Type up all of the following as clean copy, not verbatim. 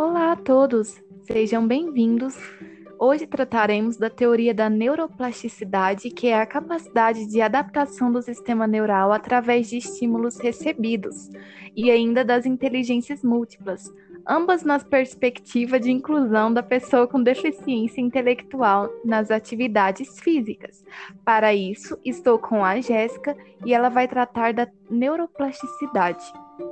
Olá a todos, sejam bem-vindos. Hoje trataremos da teoria da neuroplasticidade, que é a capacidade de adaptação do sistema neural através de estímulos recebidos, e ainda das inteligências múltiplas, ambas nas perspectiva de inclusão da pessoa com deficiência intelectual nas atividades físicas. Para isso, estou com a Jéssica e ela vai tratar da neuroplasticidade.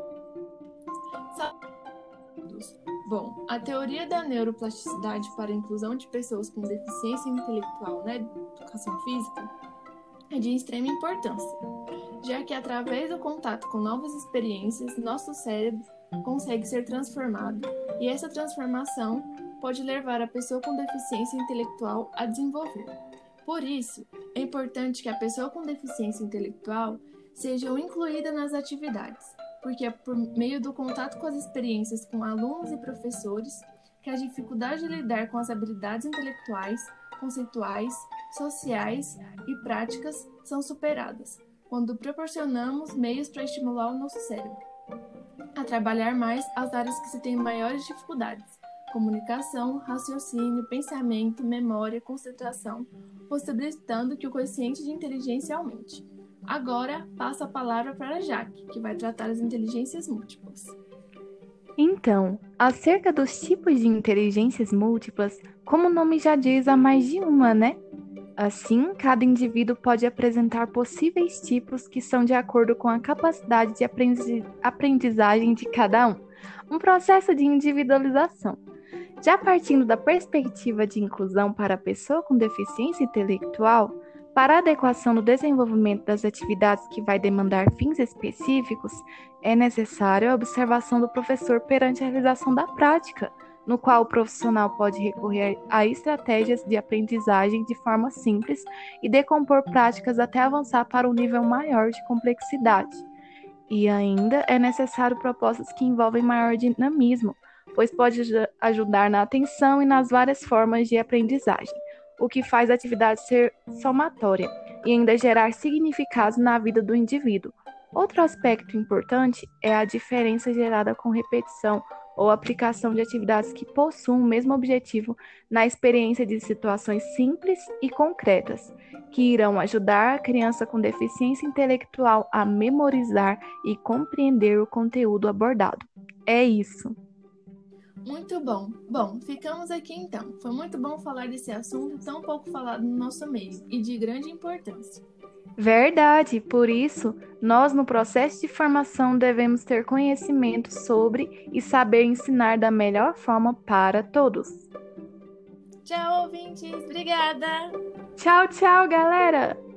Bom, a teoria da neuroplasticidade para a inclusão de pessoas com deficiência intelectual na educação física é de extrema importância, já que através do contato com novas experiências, nosso cérebro consegue ser transformado e essa transformação pode levar a pessoa com deficiência intelectual a desenvolver. Por isso, é importante que a pessoa com deficiência intelectual seja incluída nas atividades, porque é por meio do contato com as experiências com alunos e professores que a dificuldade de lidar com as habilidades intelectuais, conceituais, sociais e práticas são superadas, quando proporcionamos meios para estimular o nosso cérebro a trabalhar mais as áreas que se têm maiores dificuldades: comunicação, raciocínio, pensamento, memória, concentração, possibilitando que o quociente de inteligência aumente. Agora, passo a palavra para a Jaque, que vai tratar as inteligências múltiplas. Então, acerca dos tipos de inteligências múltiplas, como o nome já diz, há mais de uma, né? Assim, cada indivíduo pode apresentar possíveis tipos que são de acordo com a capacidade de aprendizagem de cada um. Um processo de individualização. Já partindo da perspectiva de inclusão para a pessoa com deficiência intelectual, para a adequação do desenvolvimento das atividades que vai demandar fins específicos, é necessário a observação do professor perante a realização da prática, no qual o profissional pode recorrer a estratégias de aprendizagem de forma simples e decompor práticas até avançar para um nível maior de complexidade. E ainda é necessário propostas que envolvem maior dinamismo, pois pode ajudar na atenção e nas várias formas de aprendizagem, o que faz a atividade ser somatória e ainda gerar significado na vida do indivíduo. Outro aspecto importante é a diferença gerada com repetição ou aplicação de atividades que possuem o mesmo objetivo na experiência de situações simples e concretas, que irão ajudar a criança com deficiência intelectual a memorizar e compreender o conteúdo abordado. É isso. Muito bom. Bom, ficamos aqui então. Foi muito bom falar desse assunto tão pouco falado no nosso meio e de grande importância. Verdade, por isso, nós no processo de formação devemos ter conhecimento sobre e saber ensinar da melhor forma para todos. Tchau, ouvintes. Obrigada! Tchau, tchau, galera!